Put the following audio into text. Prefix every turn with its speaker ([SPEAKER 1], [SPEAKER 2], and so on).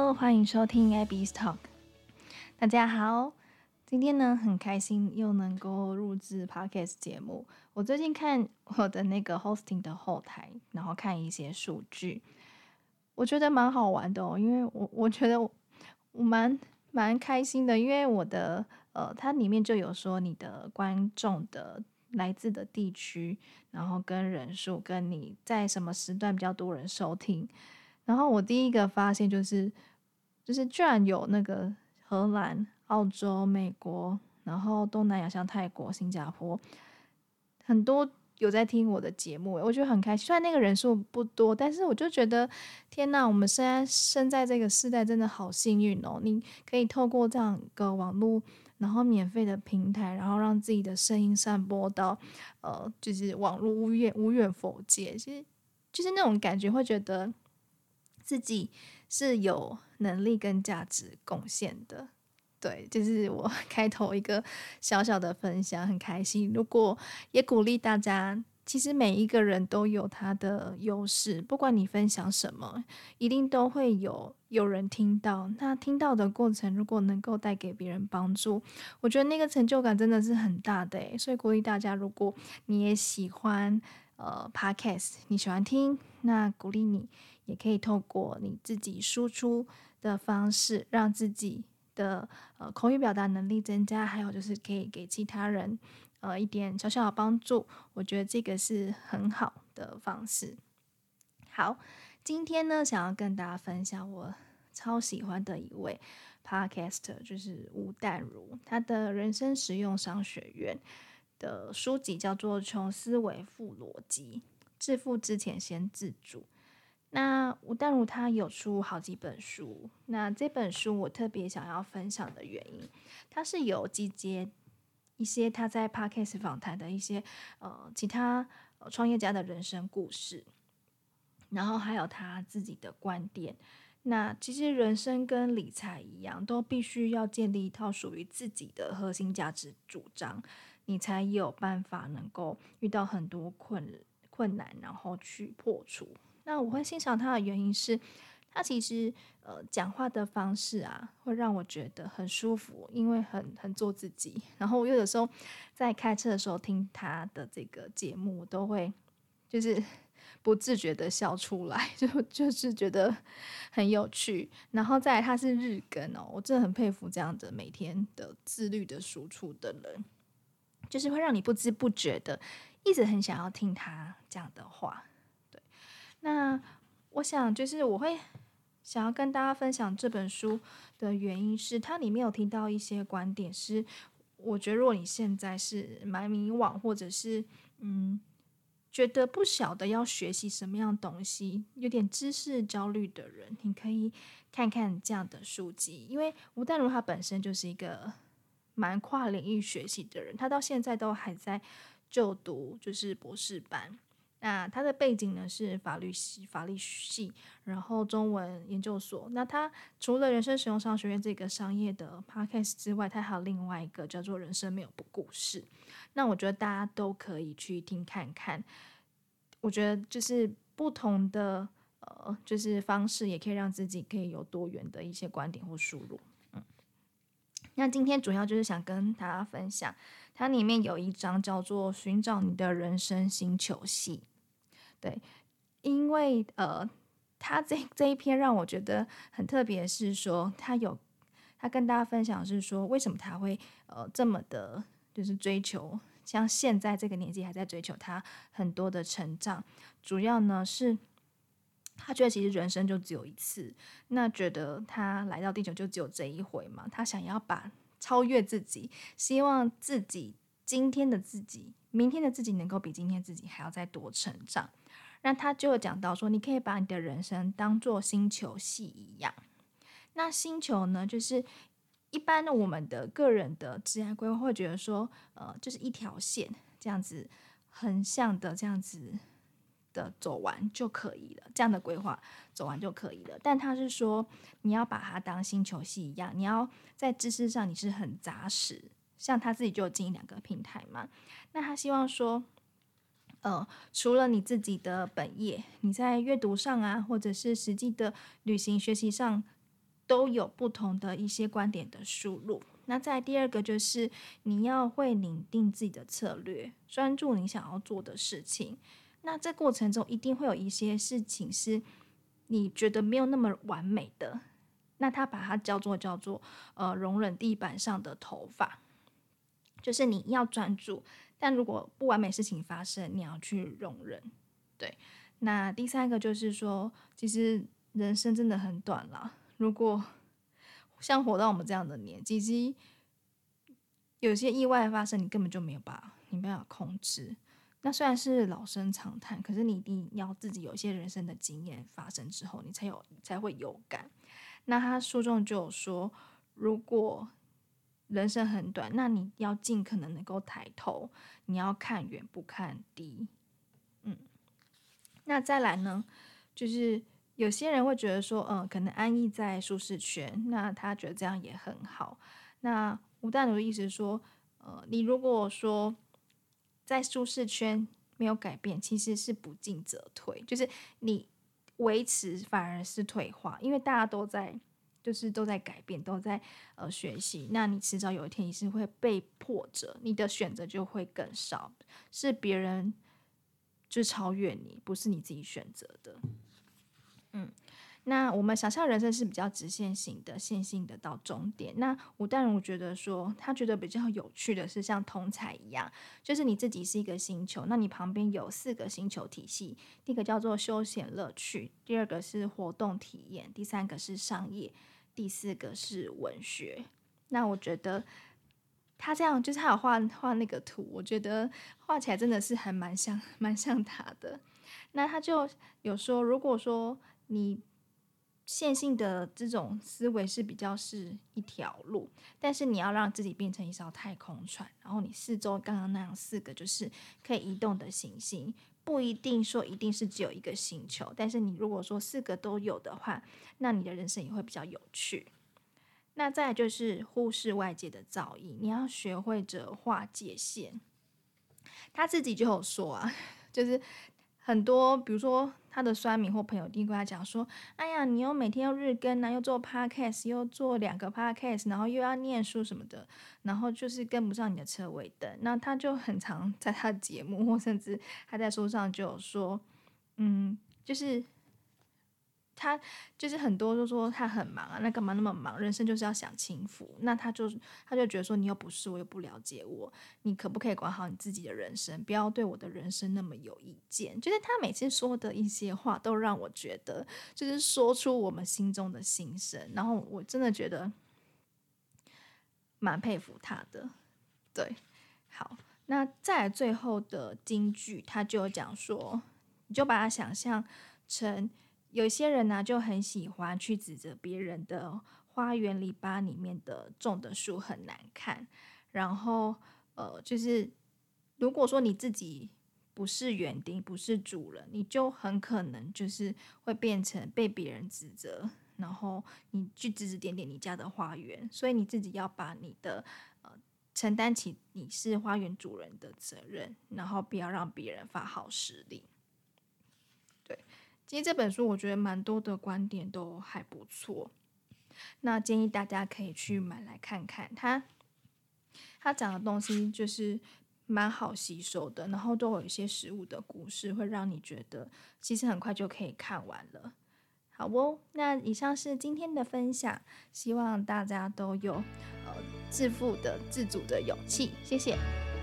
[SPEAKER 1] Hello，欢迎收听 Abby's Talk。大家好，今天呢很开心又能够录制 Podcast 节目。我最近看我的那个 hosting 的后台，然后看一些数据，我觉得蛮好玩的哦，因为我觉得我蛮开心的，因为我的它里面就有说你的观众的来自的地区，然后跟人数，跟你在什么时段比较多人收听。然后我第一个发现就是居然有那个荷兰、澳洲、美国，然后东南亚像泰国、新加坡，很多有在听我的节目，我觉得很开心。虽然那个人数不多，但是我就觉得天哪，我们现在生在这个时代真的好幸运哦！你可以透过这样一个网络，然后免费的平台，然后让自己的声音散播到就是网络无远弗届，其实就是那种感觉，会觉得自己是有能力跟价值贡献的。对，就是我开头一个小小的分享，很开心。如果也鼓励大家，其实每一个人都有他的优势，不管你分享什么，一定都会有人听到。那听到的过程，如果能够带给别人帮助，我觉得那个成就感真的是很大的诶。所以鼓励大家，如果你也喜欢podcast，你喜欢听，那鼓励你也可以透过你自己输出的方式，让自己的口语表达能力增加，还有就是可以给其他人一点小小的帮助，我觉得这个是很好的方式。好，今天呢，想要跟大家分享我超喜欢的一位 podcaster， 就是吴淡如，他的人生实用商学院的书籍叫做《穷思维富逻辑：致富之前先自主》。那吴淡如他有出好几本书，那这本书我特别想要分享的原因，他是有集结一些他在 Podcast 访谈的一些其他创业家的人生故事，然后还有他自己的观点。那其实人生跟理财一样，都必须要建立一套属于自己的核心价值主张，你才有办法能够遇到很多困难，然后去破除。那我会欣赏他的原因是，他其实讲话的方式啊，会让我觉得很舒服，因为很做自己。然后我有的时候在开车的时候听他的这个节目，我都会就是不自觉的笑出来，就是觉得很有趣。然后再来他是日更哦，我真的很佩服这样的每天的自律的输出的人，就是会让你不知不觉的一直很想要听他讲的话。对，那我想就是我会想要跟大家分享这本书的原因是，它里面有提到一些观点是，我觉得如果你现在是蛮迷惘，或者是觉得不晓得要学习什么样东西，有点知识焦虑的人，你可以看看这样的书籍。因为吴淡如他本身就是一个蛮跨领域学习的人，他到现在都还在就读就是博士班。那他的背景呢是法律系，然后中文研究所。那他除了人生实用商学院这个商业的 podcast 之外，他还有另外一个叫做人生没有不故事。那我觉得大家都可以去听看看，我觉得就是不同的就是方式，也可以让自己可以有多元的一些观点或输入。那今天主要就是想跟大家分享，它里面有一章叫做寻找你的人生星球系。对，因为他这一篇让我觉得很特别，是说他跟大家分享是说，为什么他会这么的，就是追求像现在这个年纪还在追求他很多的成长，主要呢是他觉得其实人生就只有一次，那觉得他来到地球就只有这一回嘛，他想要超越自己，希望自己今天的自己、明天的自己能够比今天自己还要再多成长。那他就有讲到说，你可以把你的人生当作星球系一样。那星球呢，就是一般的我们的个人的职业规划会觉得说，就是一条线这样子横向的这样子的走完就可以了，这样的规划走完就可以了。但他是说，你要把它当星球系一样，你要在知识上你是很扎实。像他自己就有经营2个平台嘛，那他希望说，除了你自己的本业，你在阅读上啊，或者是实际的旅行学习上都有不同的一些观点的输入。那再来第二个就是你要会拟定自己的策略，专注你想要做的事情。那这过程中一定会有一些事情是你觉得没有那么完美的，那他把它叫做容忍地板上的头发，就是你要专注，但如果不完美事情发生，你要去容忍。对，那第三个就是说，其实人生真的很短啦，如果像活到我们这样的年纪，其实有些意外发生，你根本就没办法控制。那虽然是老生常谈，可是你一定要自己有一些人生的经验发生之后，你才会有感。那他书中就有说，如果人生很短，那你要尽可能能够抬头，你要看远不看低。那再来呢，就是有些人会觉得说，可能安逸在舒适圈，那他觉得这样也很好。那吴淡如的意思是说，你如果说在舒适圈没有改变，其实是不进则退，就是你维持反而是退化，因为大家都在改变，都在学习。那你迟早有一天你是会被迫着，你的选择就会更少，是别人就超越你，不是你自己选择的。那我们想象人生是比较直线型的、线性的到终点。那吴淡如觉得说，他觉得比较有趣的是像同彩一样，就是你自己是一个星球，那你旁边有4个星球体系。第一个叫做休闲乐趣，第二个是活动体验，第三个是商业，第4个是文学。那我觉得他这样，就是他有画那个图，我觉得画起来真的是还蛮像他的。那他就有说，如果说你线性的这种思维是比较是一条路，但是你要让自己变成一艘太空船，然后你四周刚刚那样4个就是可以移动的行星，不一定说一定是只有一个星球，但是你如果说4个都有的话，那你的人生也会比较有趣。那再来就是忽视外界的噪音，你要学会着划界限。他自己就有说啊，就是很多，比如说他的酸民或朋友一定跟他讲说，哎呀，你又每天又日更啊，又做 podcast， 又做2个 podcast， 然后又要念书什么的，然后就是跟不上你的车尾灯。那他就很常在他的节目或甚至他在书上就有说，就是他就是很多都说他很忙啊，那干嘛那么忙？人生就是要享清福。那他就觉得说，你又不是我，又不了解我，你可不可以管好你自己的人生，不要对我的人生那么有意见？就是他每次说的一些话，都让我觉得就是说出我们心中的心声。然后我真的觉得蛮佩服他的。对，好，那再来最后的金句，他就有讲说，你就把它想象成。有些人呢，就很喜欢去指责别人的花园篱笆里面的种的树很难看，然后就是如果说你自己不是园丁，不是主人，你就很可能就是会变成被别人指责，然后你去指指点点你家的花园，所以你自己要把你的承担起你是花园主人的责任，然后不要让别人发号施令。对。其实这本书我觉得蛮多的观点都还不错，那建议大家可以去买来看看。他讲的东西就是蛮好吸收的，然后都有一些实物的故事，会让你觉得其实很快就可以看完了。好哦，那以上是今天的分享，希望大家都有致富的自主的勇气，谢谢。